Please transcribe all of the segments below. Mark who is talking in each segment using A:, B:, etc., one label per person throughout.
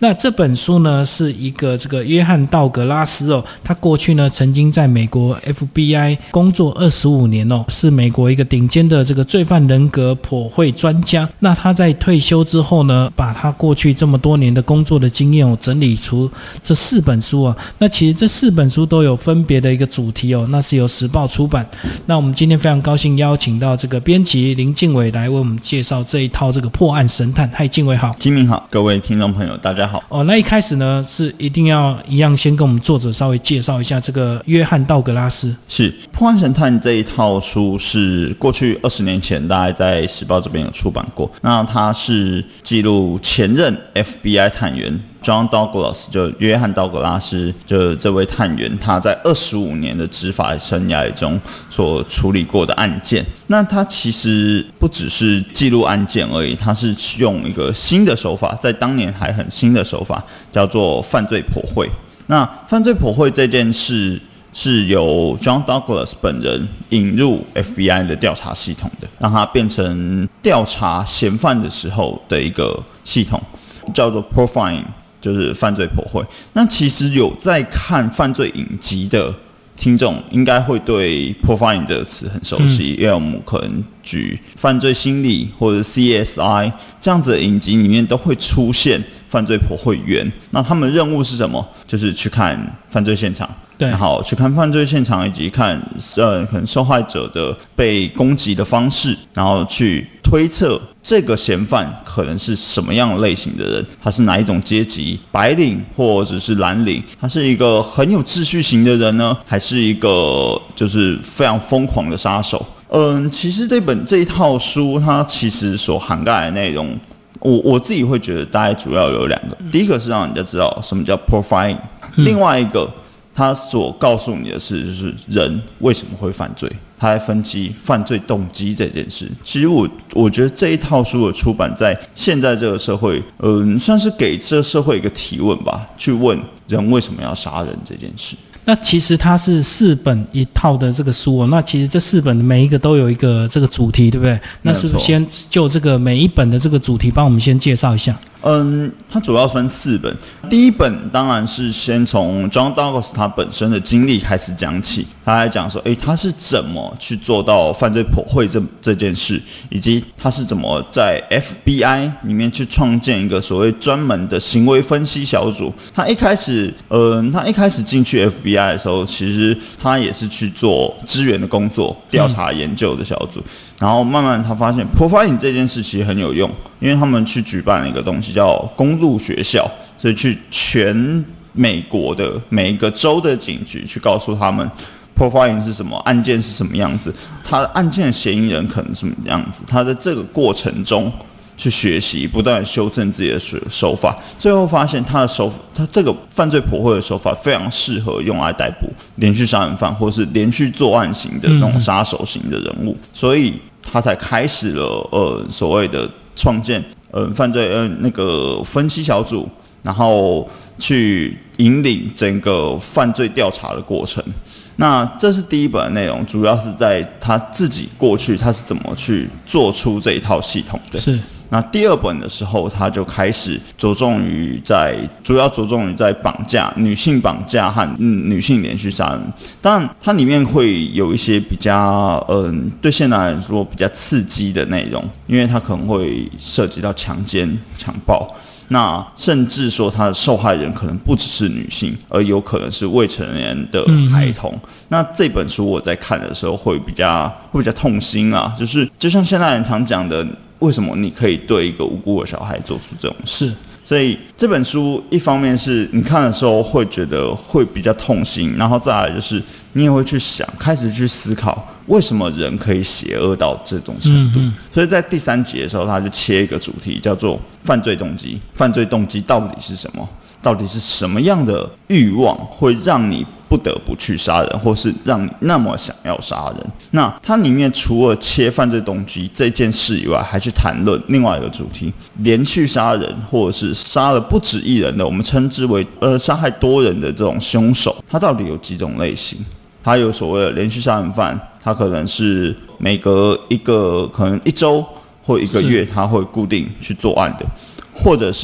A: 那这本书呢是一个这个约翰道格拉斯他过去呢曾经在美国 FBI 工作25年是美国一个顶尖的这个罪犯人格剖绘专家。那他在退休之后呢，把他过去这么多年的工作的经验整理出这4本书那其实这4本书都有分别的一个主题那是由时报出版。那我们今天非常高兴邀请到这个编辑林敬伟来为我们介绍这一套这个破案神探。嗨，敬伟好。
B: 金明好，各位听众朋友大家好。
A: 那一开始呢是一定要一样先跟我们作者稍微介绍一下这个约翰道格拉斯。
B: 是破案神探这一套书是过去20年前大概在时报这边有出版过，那它是记录前任 FBI 探员John Douglas 就约翰道格拉斯就这位探员他在25年的执法生涯中所处理过的案件。那他其实不只是记录案件而已，他是用一个新的手法，在当年还很新的手法叫做犯罪剖绘。那犯罪剖绘这件事是由 John Douglas 本人引入 FBI 的调查系统的，让它变成调查嫌犯的时候的一个系统，叫做 profiling，就是犯罪剖绘。那其实有在看犯罪影集的听众应该会对 profiling 这个词很熟悉，因为我们可能举犯罪心理或者 CSI 这样子的影集里面都会出现犯罪剖绘员。那他们的任务是什么？就是去看犯罪现场，然后去看犯罪现场，以及看可能受害者的被攻击的方式，然后去推测这个嫌犯可能是什么样类型的人，他是哪一种阶级，白领或者是蓝领，他是一个很有秩序型的人呢，还是一个就是非常疯狂的杀手？其实这一套书它其实所涵盖的内容，我自己会觉得大概主要有2个。第一个是让人家知道什么叫 profiling，另外一个他所告诉你的是，就是人为什么会犯罪，他在分析犯罪动机这件事。其实我觉得这一套书的出版，在现在这个社会，算是给这个社会一个提问吧，去问人为什么要杀人这件事。
A: 那其实它是4本一套的这个书那其实这4本每一个都有一个这个主题，对不对？那是不是先就这个每一本的这个主题帮我们先介绍一下？
B: 它主要分4本。第一本当然是先从 John Douglas 他本身的经历开始讲起，他来讲说，他是怎么去做到犯罪剖绘这件事，以及他是怎么在 FBI 里面去创建一个所谓专门的行为分析小组。他一开始进去 FBI 的时候，其实他也是去做支援的工作，调查研究的小组。然后慢慢他发现 profiling 这件事其实很有用，因为他们去举办了一个东西叫公路学校，所以去全美国的每一个州的警局去告诉他们 profiling 是什么，案件是什么样子，他的案件的嫌疑人可能是什么样子，他在这个过程中去学习，不断修正自己的手法，最后发现他这个犯罪剖绘的手法非常适合用来逮捕连续杀人犯或是连续作案型的那种杀手型的人物，所以他才开始了所谓的创建犯罪那个分析小组，然后去引领整个犯罪调查的过程。那这是第一本的内容，主要是在他自己过去他是怎么去做出这一套系统的。
A: 是。
B: 那第2本的时候，他就开始主要着重于在绑架、女性绑架和女性连续杀人。当然，它里面会有一些比较对现代来说比较刺激的内容，因为它可能会涉及到强奸、强暴。那甚至说他的受害人可能不只是女性，而有可能是未成年的孩童。那这本书我在看的时候会比较痛心啊，就像现代人常讲的，为什么你可以对一个无辜的小孩做出这种事？所以这本书一方面是你看的时候会觉得会比较痛心，然后再来就是你也会去想，开始去思考为什么人可以邪恶到这种程度。所以在第3集的时候，他就切一个主题叫做犯罪动机。犯罪动机到底是什么？到底是什么样的欲望会让你不得不去杀人，或是让你那么想要杀人？那它里面除了切犯罪动机这件事以外，还去谈论另外一个主题：连续杀人或者是杀了不止一人的，我们称之为杀害多人的这种凶手，它到底有几种类型？它有所谓的连续杀人犯，他可能是每隔可能1周或1个月，他会固定去作案的，或者是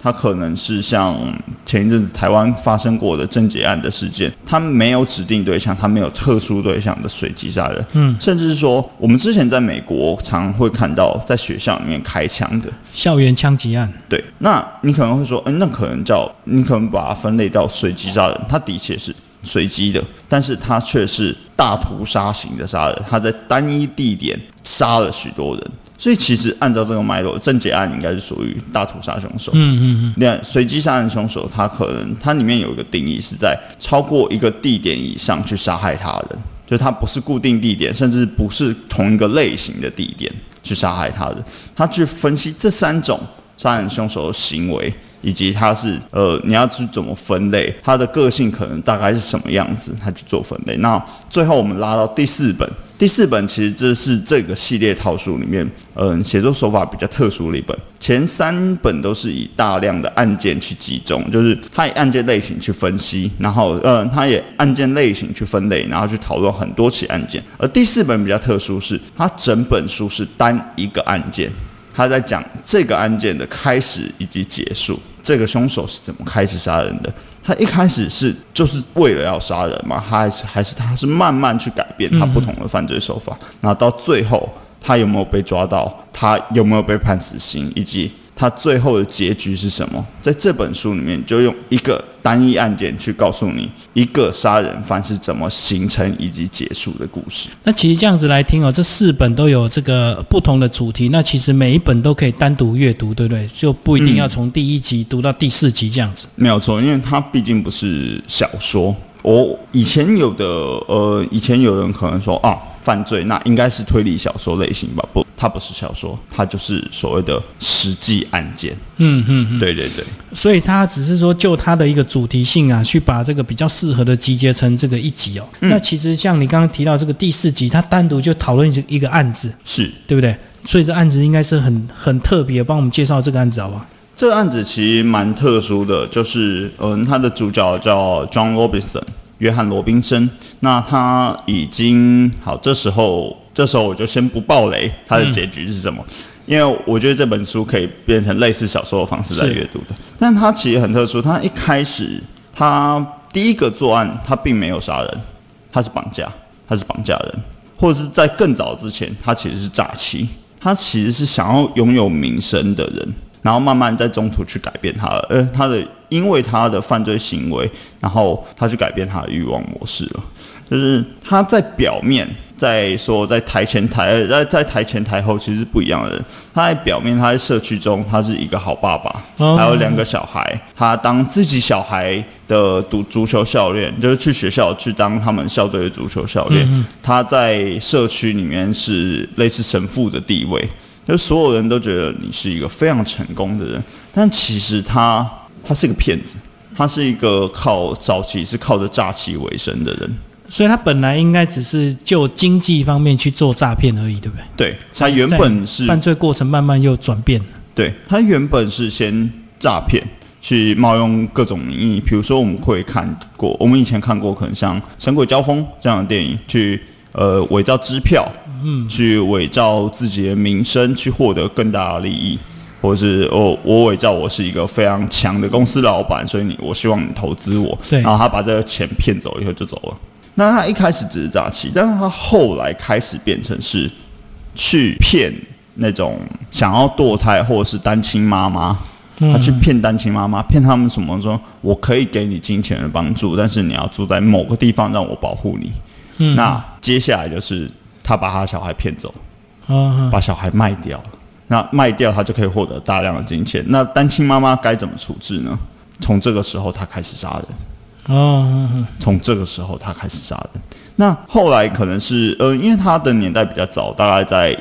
B: 它可能是像前一阵子台湾发生过的郑捷案的事件，它没有指定对象，它没有特殊对象的随机杀人，甚至是说我们之前在美国常会看到在学校里面开枪的
A: 校园枪击案。
B: 对，那你可能会说，那可能你可能把它分类到随机杀人，它的确是随机的，但是它却是大屠杀型的杀人，它在单一地点杀了许多人。所以其实按照这个脉络，郑捷案应该是属于大屠杀凶手。随机杀人凶手，它里面有一个定义是在超过一个地点以上去杀害他人，就它不是固定地点，甚至不是同一个类型的地点去杀害他人。他去分析这3种杀人凶手的行为，以及他是你要去怎么分类，他的个性可能大概是什么样子，他去做分类。那最后我们拉到第4本。第4本其实这是这个系列套书里面，写作手法比较特殊的一本。前3本都是以大量的案件去集中，就是它以案件类型去分析，然后它也案件类型去分类，然后去讨论很多起案件。而第4本比较特殊是，它整本书是单一个案件，他在讲这个案件的开始以及结束，这个凶手是怎么开始杀人的。他一开始就是为了要杀人嘛，他还是慢慢去改变他不同的犯罪手法，然后到最后他有没有被抓到，他有没有被判死刑，以及他最后的结局是什么。在这本书里面就用一个单一案件去告诉你一个杀人犯是怎么形成以及结束的故事。
A: 那其实这样子来听这4本都有这个不同的主题，那其实每一本都可以单独阅读，对不对？就不一定要从第1集读到第4集这样子。
B: 没有错，因为它毕竟不是小说。以前有人可能说犯罪那应该是推理小说类型吧？不，它不是小说，它就是所谓的实际案件。对对对。
A: 所以它只是说就它的一个主题性去把这个比较适合的集结成这个1集哦。那其实像你刚刚提到这个第4集，它单独就讨论一个案子，
B: 是对
A: 不对？所以这案子应该是很特别，帮我们介绍这个案子好不好？
B: 这个案子其实蛮特殊的，就是他的主角叫 John Robinson。约翰·罗宾森，那他已经好，这时候我就先不爆雷，他的结局是什么？因为我觉得这本书可以变成类似小说的方式来阅读的。但他其实很特殊，他一开始他第一个作案，他并没有杀人，他是绑架人，或者是在更早之前，他其实是诈欺，他其实是想要拥有名声的人。然后慢慢在中途去改变因为他的犯罪行为，然后他去改变他的欲望模式了。就是他在表面在说在台前台后其实是不一样的人。他在表面，他在社区中他是一个好爸爸，还有2个小孩。他当自己小孩的足球教练，就是去学校去当他们校队的足球教练。他在社区里面是类似神父的地位。就所有人都觉得你是一个非常成功的人，但其实他是一个骗子，他是一个早期是靠着诈欺为生的人，
A: 所以他本来应该只是就经济方面去做诈骗而已，对不对？
B: 对，他原本是
A: 犯罪过程慢慢又转变了。
B: 对，他原本是先诈骗，去冒用各种名义，比如说我们以前看过可能像《神鬼交锋》这样的电影，去伪造支票。去伪造自己的名声，去获得更大的利益，或者是我伪造我是一个非常强的公司老板，所以我希望你投资我，然后他把这个钱骗走以后就走了。那他一开始只是诈欺，但是他后来开始变成是去骗那种想要堕胎或者是单亲妈妈。他去骗单亲妈妈，骗他们什么？说我可以给你金钱的帮助，但是你要住在某个地方让我保护你。那接下来就是他把他小孩骗走，把小孩卖掉，那卖掉他就可以获得大量的金钱。那单亲妈妈该怎么处置呢？从这个时候他开始杀人。从这个时候他开始杀人。那后来可能是因为他的年代比较早，大概在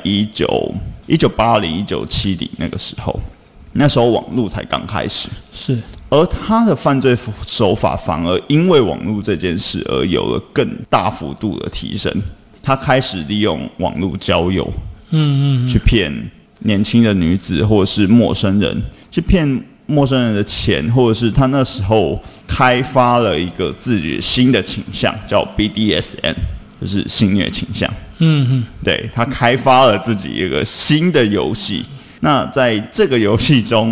B: 1980、1970那个时候，那时候网络才刚开始。
A: 是。
B: 而他的犯罪手法反而因为网络这件事而有了更大幅度的提升。他开始利用网络交友，去骗年轻的女子或者是陌生人，去骗陌生人的钱，或者是他那时候开发了一个自己新的倾向，叫 BDSM， 就是性虐倾向。对，他开发了自己一个新的游戏。那在这个游戏中，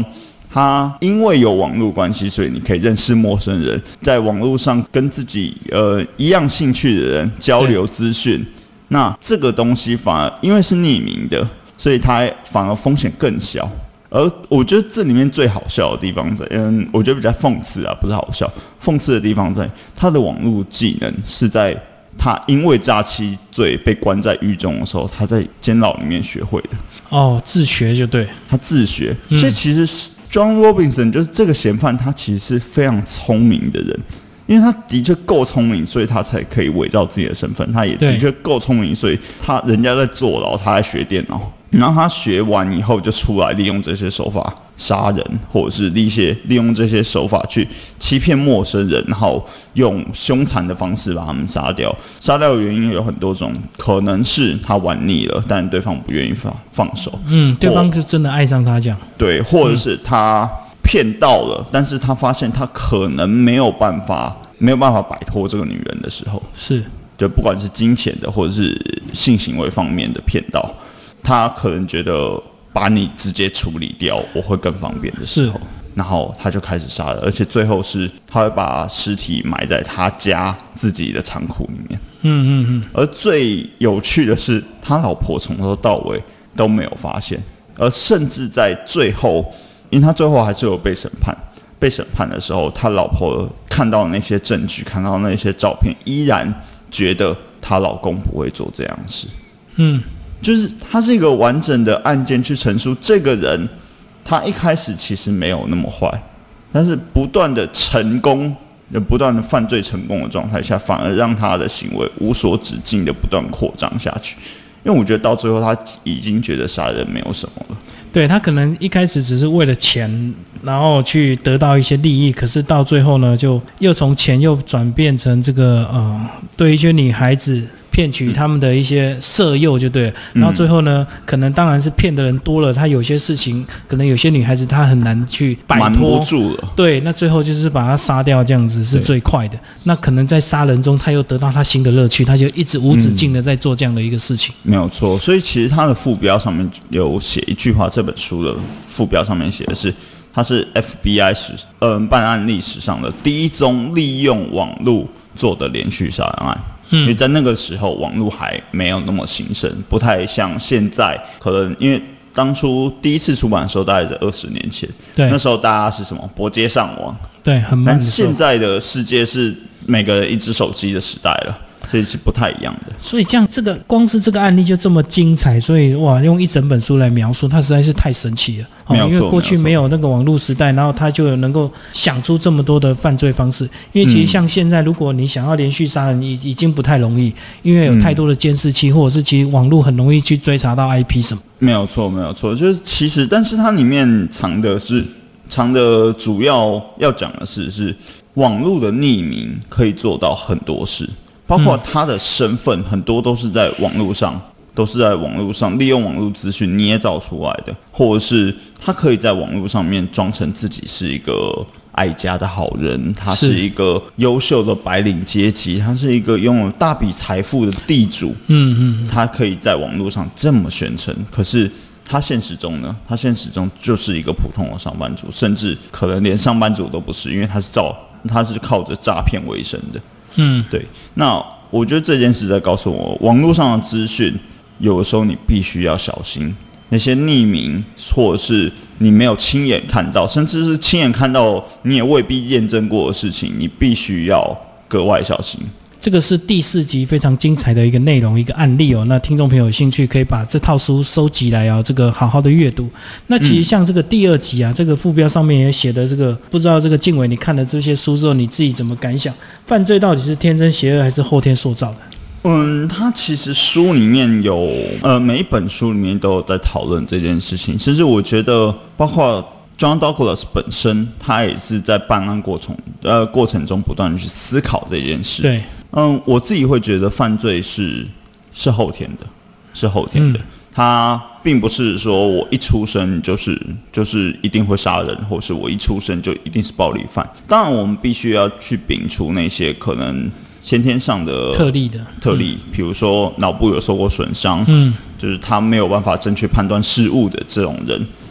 B: 他因为有网络关系，所以你可以认识陌生人，在网络上跟自己一样兴趣的人交流资讯。那这个东西反而因为是匿名的，所以它反而风险更小。而我觉得这里面最好笑的地方在，我觉得比较讽刺啊，不是好笑，讽刺的地方在他的网络技能是在他因为诈欺罪被关在狱中的时候，他在监牢里面学会的。
A: 哦，自学就对，
B: 他自学，所以其实 John Robinson 就是这个嫌犯，他其实是非常聪明的人。因为他的确够聪明，所以他才可以伪造自己的身份。他也的确够聪明，所以人家在坐牢，他在学电脑。然后他学完以后就出来，利用这些手法杀人，或者是利用这些手法去欺骗陌生人，然后用凶残的方式把他们杀掉。杀掉的原因有很多种，可能是他玩腻了，但对方不愿意放手。
A: 对方就真的爱上他这样。
B: 对，或者是他骗到了，但是他发现他可能没有办法摆脱这个女人的时候，
A: 是，
B: 就不管是金钱的或者是性行为方面的骗到，他可能觉得把你直接处理掉我会更方便的时候，然后他就开始杀了，而且最后是他会把尸体埋在他家自己的仓库里面。而最有趣的是，他老婆从头到尾都没有发现，而甚至在最后，因为他最后还是有被审判。被审判的时候，他老婆看到那些证据，看到那些照片，依然觉得她老公不会做这样的事。就是他是一个完整的案件去陈述这个人，他一开始其实没有那么坏，但是不断的成功，不断的犯罪成功的状态下，反而让他的行为无所止境的不断扩张下去。因为我觉得到最后他已经觉得杀人没有什么了。
A: 对，他可能一开始只是为了钱，然后去得到一些利益，可是到最后呢，就又从钱又转变成这个对一些女孩子骗取他们的一些色诱就对了。然后最后呢，可能当然是骗的人多了，他有些事情可能有些女孩子她很难去摆脱，瞒
B: 不住了。
A: 对，那最后就是把她杀掉，这样子是最快的。那可能在杀人中，他又得到他新的乐趣，他就一直无止境的在做这样的一个事情。
B: 没有错，所以其实他的副标上面有写一句话，这本书的副标上面写的是，他是 FBI 办案历史上的第一宗利用网络做的连续杀人案。因为在那个时候网络还没有那么兴盛，不太像现在，可能因为当初第一次出版的时候大概在20年前，对，那时候大家是什么拨接上网，
A: 对，很慢的时候。
B: 但现在的世界是每个人一只手机的时代了，所以是不太一样的。
A: 所以这样，这个光是这个案例就这么精彩，所以哇，用一整本书来描述，它实在是太神奇了。因为过去没有那个网络时代，然后他就能够想出这么多的犯罪方式。因为其实像现在，如果你想要连续杀人，已经不太容易，因为有太多的监视器，或者是其实网络很容易去追查到 IP 什么。
B: 没有错，没有错，就是其实，但是它里面藏的主要要讲的是网络的匿名可以做到很多事，包括他的身份很多都是在网络上利用网络资讯捏造出来的，或者是他可以在网络上面装成自己是一个爱家的好人，他是一个优秀的白领阶级，他是一个拥有大笔财富的地主。他可以在网络上这么宣称，可是他现实中呢？他现实中就是一个普通的上班族，甚至可能连上班族都不是，因为他是靠着诈骗为生的。对。那我觉得这件事在告诉我，网络上的资讯有的时候你必须要小心，那些匿名或者是你没有亲眼看到，甚至是亲眼看到你也未必验证过的事情，你必须要格外小心。
A: 这个是第4集非常精彩的一个内容，一个案例哦。那听众朋友有兴趣可以把这套书收集来哦，这个好好的阅读。那其实像这个第2集啊，这个副标上面也写的这个，不知道这个敬伟你看了这些书之后，你自己怎么感想？犯罪到底是天生邪恶还是后天塑造的？
B: 他其实书里面有每一本书里面都有在讨论这件事情，甚至我觉得包括John Douglas 本身，他也是在办案过程中不断的去思考这件事。
A: 对，
B: 我自己会觉得犯罪是后天的，是后天的。他并不是说我一出生就是一定会杀人，或是我一出生就一定是暴力犯。当然，我们必须要去摒除那些可能先天上的特例，比如说脑部有受过损伤，就是他没有办法正确判断事物的这种人。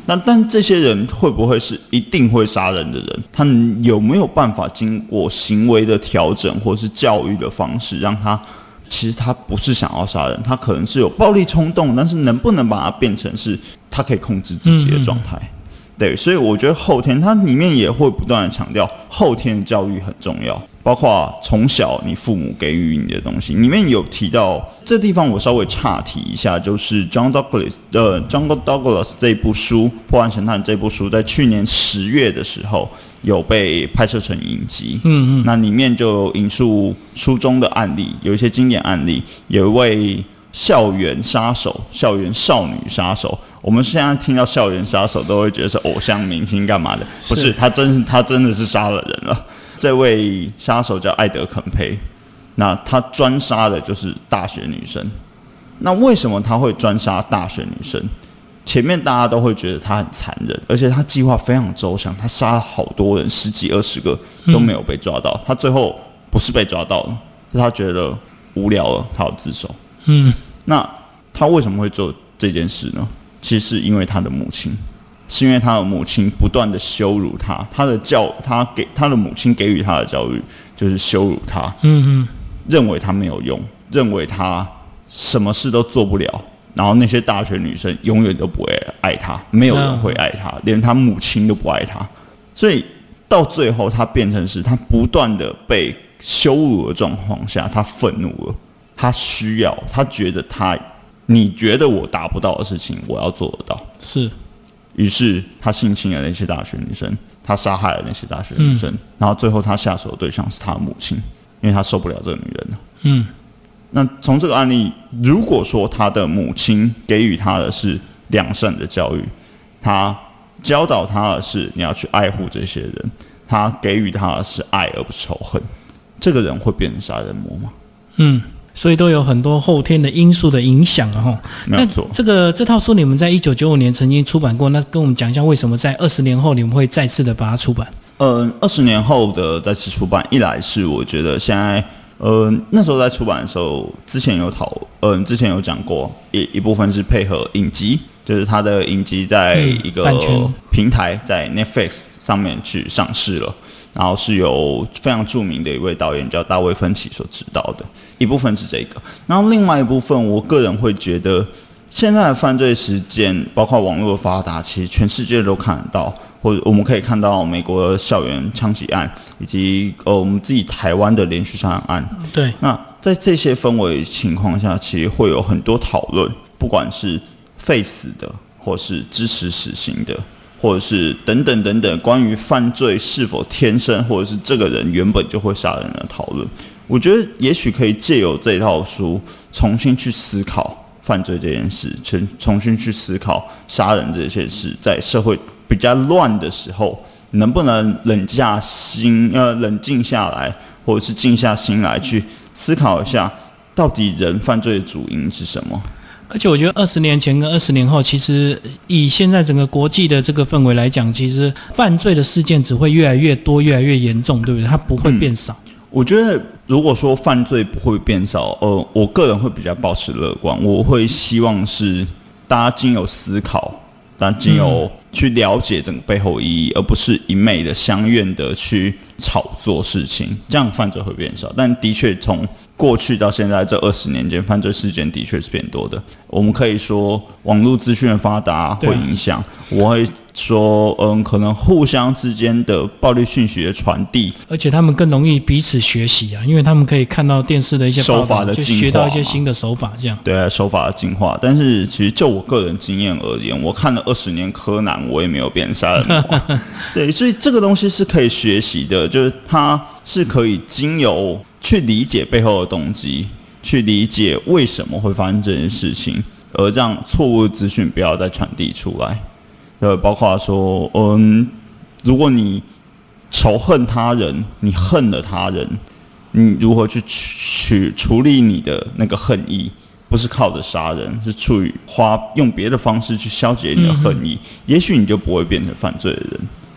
B: 但这些人会不会是一定会杀人的人？他有没有办法经过行为的调整或是教育的方式，让他其实他不是想要杀人，他可能是有暴力冲动，但是能不能把它变成是他可以控制自己的状态？对，所以我觉得后天它里面也会不断的强调后天的教育很重要，包括从小你父母给予你的东西。里面有提到这地方，我稍微岔题一下，就是 John Douglas 这部书《破案神探》这部书，在去年10月的时候有被拍摄成影集。那里面就引述书中的案例，有一些经典案例，有一位校园杀手、校园少女杀手。我们现在听到校园杀手都会觉得是偶像明星干嘛的，不是，他真的是杀了人了。这位杀手叫艾德肯佩，那他专杀的就是大学女生。那为什么他会专杀大学女生？前面大家都会觉得他很残忍，而且他计划非常周详，他杀了好多人，10几20个都没有被抓到。他最后不是被抓到了，是他觉得无聊了，他要自首。那他为什么会做这件事呢？其实是因为他的母亲，是因为他的母亲不断的羞辱他，他的母亲给予他的教育就是羞辱他，认为他没有用，认为他什么事都做不了，然后那些大学女生永远都不会爱他，没有人会爱他，连他母亲都不爱他，所以到最后他变成是他不断的被羞辱的状况下，他愤怒了，他觉得你觉得我达不到的事情，我要做得到。是，于是他性侵了那些大学女生，他杀害了那些大学女生，然后最后他下手的对象是他的母亲，因为他受不了这个女人了。那从这个案例，如果说他的母亲给予他的是良善的教育，他教导他的是你要去爱护这些人，他给予他的是爱而不是仇恨，这个人会变成杀人魔吗？
A: 所以都有很多后天的因素的影响啊。
B: 没错。
A: 那这套书你们在1995年曾经出版过，那跟我们讲一下为什么在20年后你们会再次的把它出版
B: ？20年后的再次出版，一来是我觉得现在那时候在出版的时候，之前有讲过，一部分是配合影集，就是他的影集在一个平台在 Netflix 上面去上市了。然后是由非常著名的一位导演叫大卫芬奇所指导的，一部分是这个，然后另外一部分我个人会觉得现在的犯罪事件包括网络的发达，其实全世界都看得到，或者我们可以看到美国的校园枪击案，以及我们自己台湾的连续杀人案。
A: 对，
B: 那在这些氛围情况下，其实会有很多讨论，不管是废死的或是支持死刑的，或者是等等关于犯罪是否天生，或者是这个人原本就会杀人的讨论，我觉得也许可以借由这套书重新去思考犯罪这件事，重新去思考杀人这件事，在社会比较乱的时候，能不能冷静下来，或者是静下心来去思考一下，到底人犯罪的主因是什么？
A: 而且我觉得20年前跟20年后，其实以现在整个国际的这个氛围来讲，其实犯罪的事件只会越来越多、越来越严重，对不对？它不会变少。
B: 我觉得如果说犯罪不会变少，我个人会比较抱持乐观。我会希望是大家经由思考，大家经由去了解整个背后意义，而不是一昧的相愿的去炒作事情，这样犯罪会变少。但的确从过去到现在这20年间，犯罪事件的确是变多的。我们可以说网络资讯的发达会影响，我会说可能互相之间的暴力讯息的传递，
A: 而且他们更容易彼此学习啊，因为他们可以看到电视的一些
B: 手法的进化，
A: 就学到一些新的手法，这样。
B: 对，手法的进化。但是其实就我个人经验而言，我看了20年柯南，我也没有变杀人魔。对，所以这个东西是可以学习的，就是它是可以经由去理解背后的动机，去理解为什么会发生这件事情，而让错误的资讯不要再传递出来。包括说，如果你仇恨他人，你恨了他人，你如何去处理你的那个恨意？不是靠着杀人，是用别的方式去消解你的恨意，也许你就不会变成犯罪的人。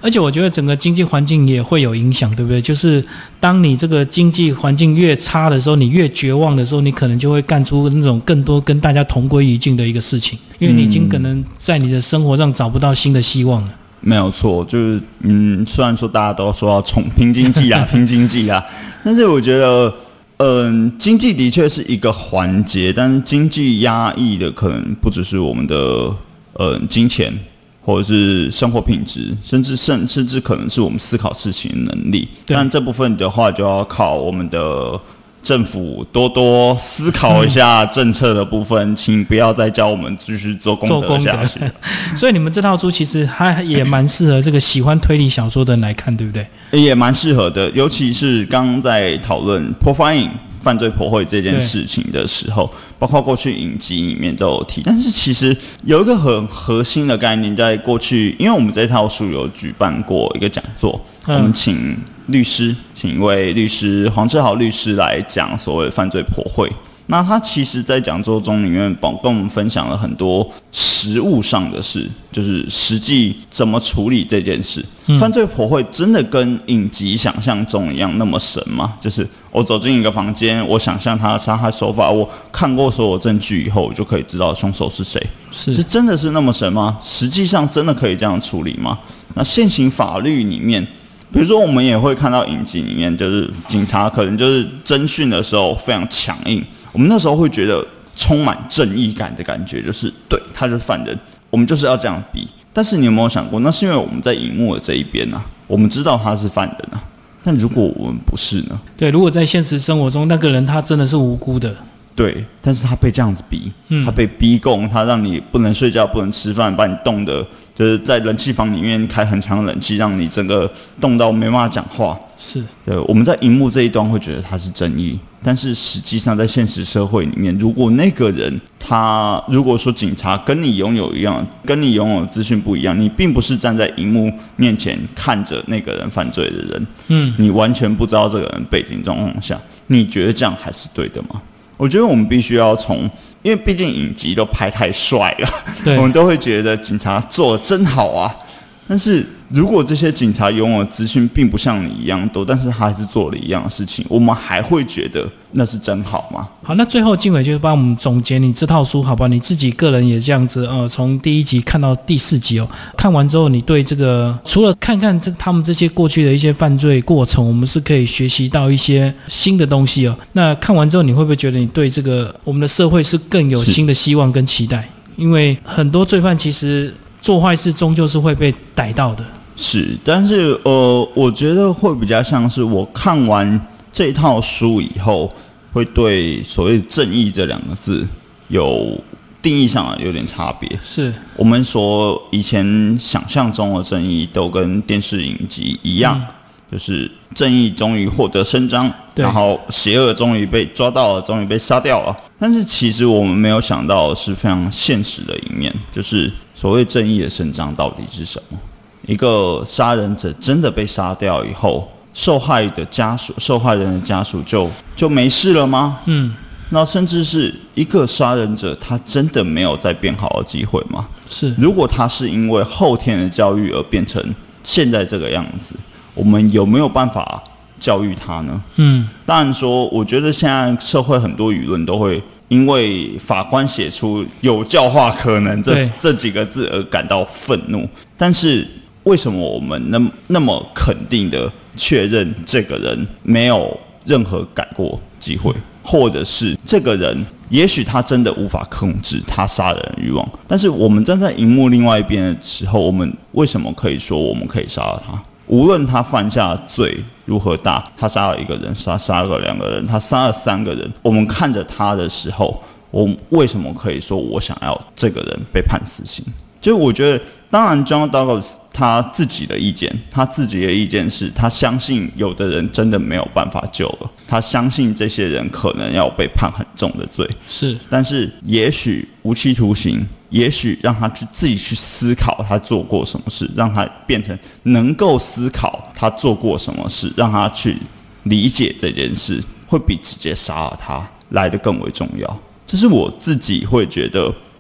A: 而且我觉得整个经济环境也会有影响，对不对？就是当你这个经济环境越差的时候，你越绝望的时候，你可能就会干出那种更多跟大家同归于尽的一个事情，因为你已经可能在你的生活上找不到新的希望了。
B: 没有错，就是虽然说大家都说要冲拼经济啊，拼经济啊，但是我觉得。经济的确是一个环节，但是经济压抑的可能不只是我们的金钱，或者是生活品质，甚至可能是我们思考事情的能力。但这部分的话，就要靠我们的政府多多思考一下政策的部分，请不要再教我们继续做功德下去。
A: 所以你们这套书其实它也蛮适合这个喜欢推理小说的人来看，对不对？
B: 也蛮适合的，尤其是刚刚在讨论 profiling 犯罪破坏这件事情的时候，包括过去影集里面都有提。但是其实有一个很核心的概念，在过去，因为我们这套书有举办过一个讲座，我们请一位律师黄志豪律师来讲所谓犯罪破坏。那他其实在讲座中里面跟我们分享了很多实务上的事，就是实际怎么处理这件事。犯罪破坏真的跟影集想象中一样那么神吗？就是我走进一个房间，我想象他的杀害手法，我看过所有证据以后，我就可以知道凶手是谁。是真的是那么神吗？实际上真的可以这样处理吗？那现行法律里面，比如说我们也会看到影集里面，就是警察可能就是侦讯的时候非常强硬，我们那时候会觉得充满正义感的感觉，就是对，他就是犯人，我们就是要这样逼。但是你有没有想过，那是因为我们在荧幕的这一边啊，我们知道他是犯人啊。但如果我们不是呢？
A: 对，如果在现实生活中，那个人他真的是无辜的。
B: 对，但是他被这样子逼，他被逼供，他让你不能睡觉，不能吃饭，把你冻的，就是在冷气房里面开很强的冷气，让你整个冻到没办法讲话。
A: 是，
B: 对，我们在荧幕这一端会觉得他是正义，但是实际上在现实社会里面，如果那个人他如果说警察跟你拥有资讯不一样，你并不是站在荧幕面前看着那个人犯罪的人，你完全不知道这个人背景状况下，你觉得这样还是对的吗？我觉得我们必须要因为毕竟影集都拍太帅了，我们都会觉得警察做得真好啊。但是如果这些警察拥有资讯并不像你一样多，但是他还是做了一样的事情，我们还会觉得那是真好吗？好，
A: 那最后靖伟就帮我们总结你这套书，好吧？你自己个人也这样子，从第1集看到第4集哦，看完之后，你对这个除了看看他们这些过去的一些犯罪过程，我们是可以学习到一些新的东西哦。那看完之后，你会不会觉得你对这个我们的社会是更有新的希望跟期待？因为很多罪犯其实做坏事终究是会被逮到的。
B: 是，但是我觉得会比较像是我看完这套书以后，会对所谓正义这2个字有定义上有点差别。是我们所以前想象中的正义都跟电视影集一样，就是正义终于获得伸张，然后邪恶终于被抓到了，终于被杀掉了。但是其实我们没有想到的是非常现实的一面，就是所谓正义的伸张到底是什么？一个杀人者真的被杀掉以后，受害人的家属就没事了吗？那甚至是一个杀人者，他真的没有再变好的机会吗？是，如果他是因为后天的教育而变成现在这个样子，我们有没有办法教育他呢？当然说，我觉得现在社会很多舆论都会因为法官写出有教化可能这几个字而感到愤怒，但是为什么我们那么肯定的确认这个人没有任何改过机会，或者是这个人也许他真的无法控制他杀人的欲望，但是我们站在荧幕另外一边的时候，我们为什么可以说我们可以杀了他？无论他犯下罪如何大，他杀了1个人，杀了2个人，他杀了3个人，我们看着他的时候，我为什么可以说我想要这个人被判死刑？就我觉得，当然 John Douglas 他自己的意见是他相信有的人真的没有办法救了，他相信这些人可能要被判很重的罪，是，但是也许无期徒刑，也许让他自己去思考他做过什么事，让他变成能够思考他做过什么事，让他去理解这件事，会比直接杀了他来得更为重要。这是我自己会觉得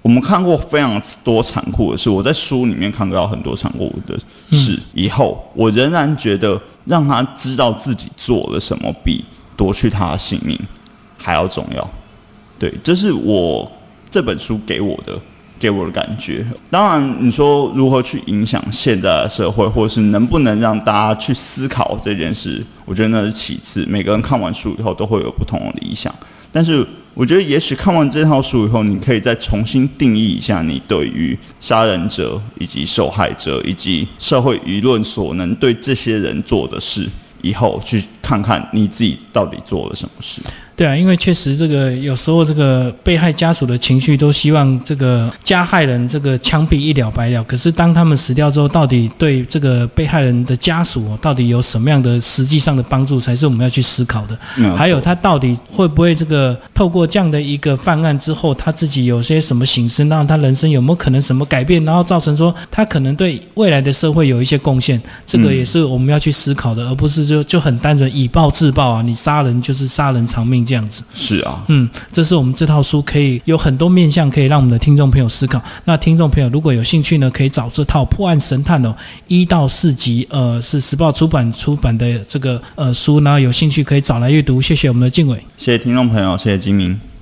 B: 我们看过非常多残酷的事，我在书里面看到很多残酷的事，以后我仍然觉得让他知道自己做了什么，比夺去他的性命还要重要。对，这是我这本书给我的感觉。当然，你说如何去影响现在的社会，或是能不能让大家去思考这件事，我觉得那是其次。每个人看完书以后都会有不同的理想，但是我觉得也许看完这套书以后，你可以再重新定义一下你对于杀人者以及受害者以及社会舆论所能对这些人做的事，以后去看看你自己到底做了什么事。
A: 对啊，因为确实这个有时候这个被害家属的情绪都希望这个加害人这个枪毙一了百了，可是当他们死掉之后，到底对这个被害人的家属到底有什么样的实际上的帮助，才是我们要去思考的。还有他到底会不会这个透过这样的一个犯案之后，他自己有些什么省思，让他人生有没有可能什么改变，然后造成说他可能对未来的社会有一些贡献，这个也是我们要去思考的，而不是就很单纯以暴制暴啊，你杀人就是杀人偿命这样子。
B: 是啊，
A: 这是我们这套书可以有很多面向可以让我们的听众朋友思考。那听众朋友如果有兴趣呢，可以找这套破案神探1到4集，是时报出版的这个书，然后有兴趣可以找来阅读。谢谢我们的敬伟，
B: 谢谢听众朋友，谢谢金明。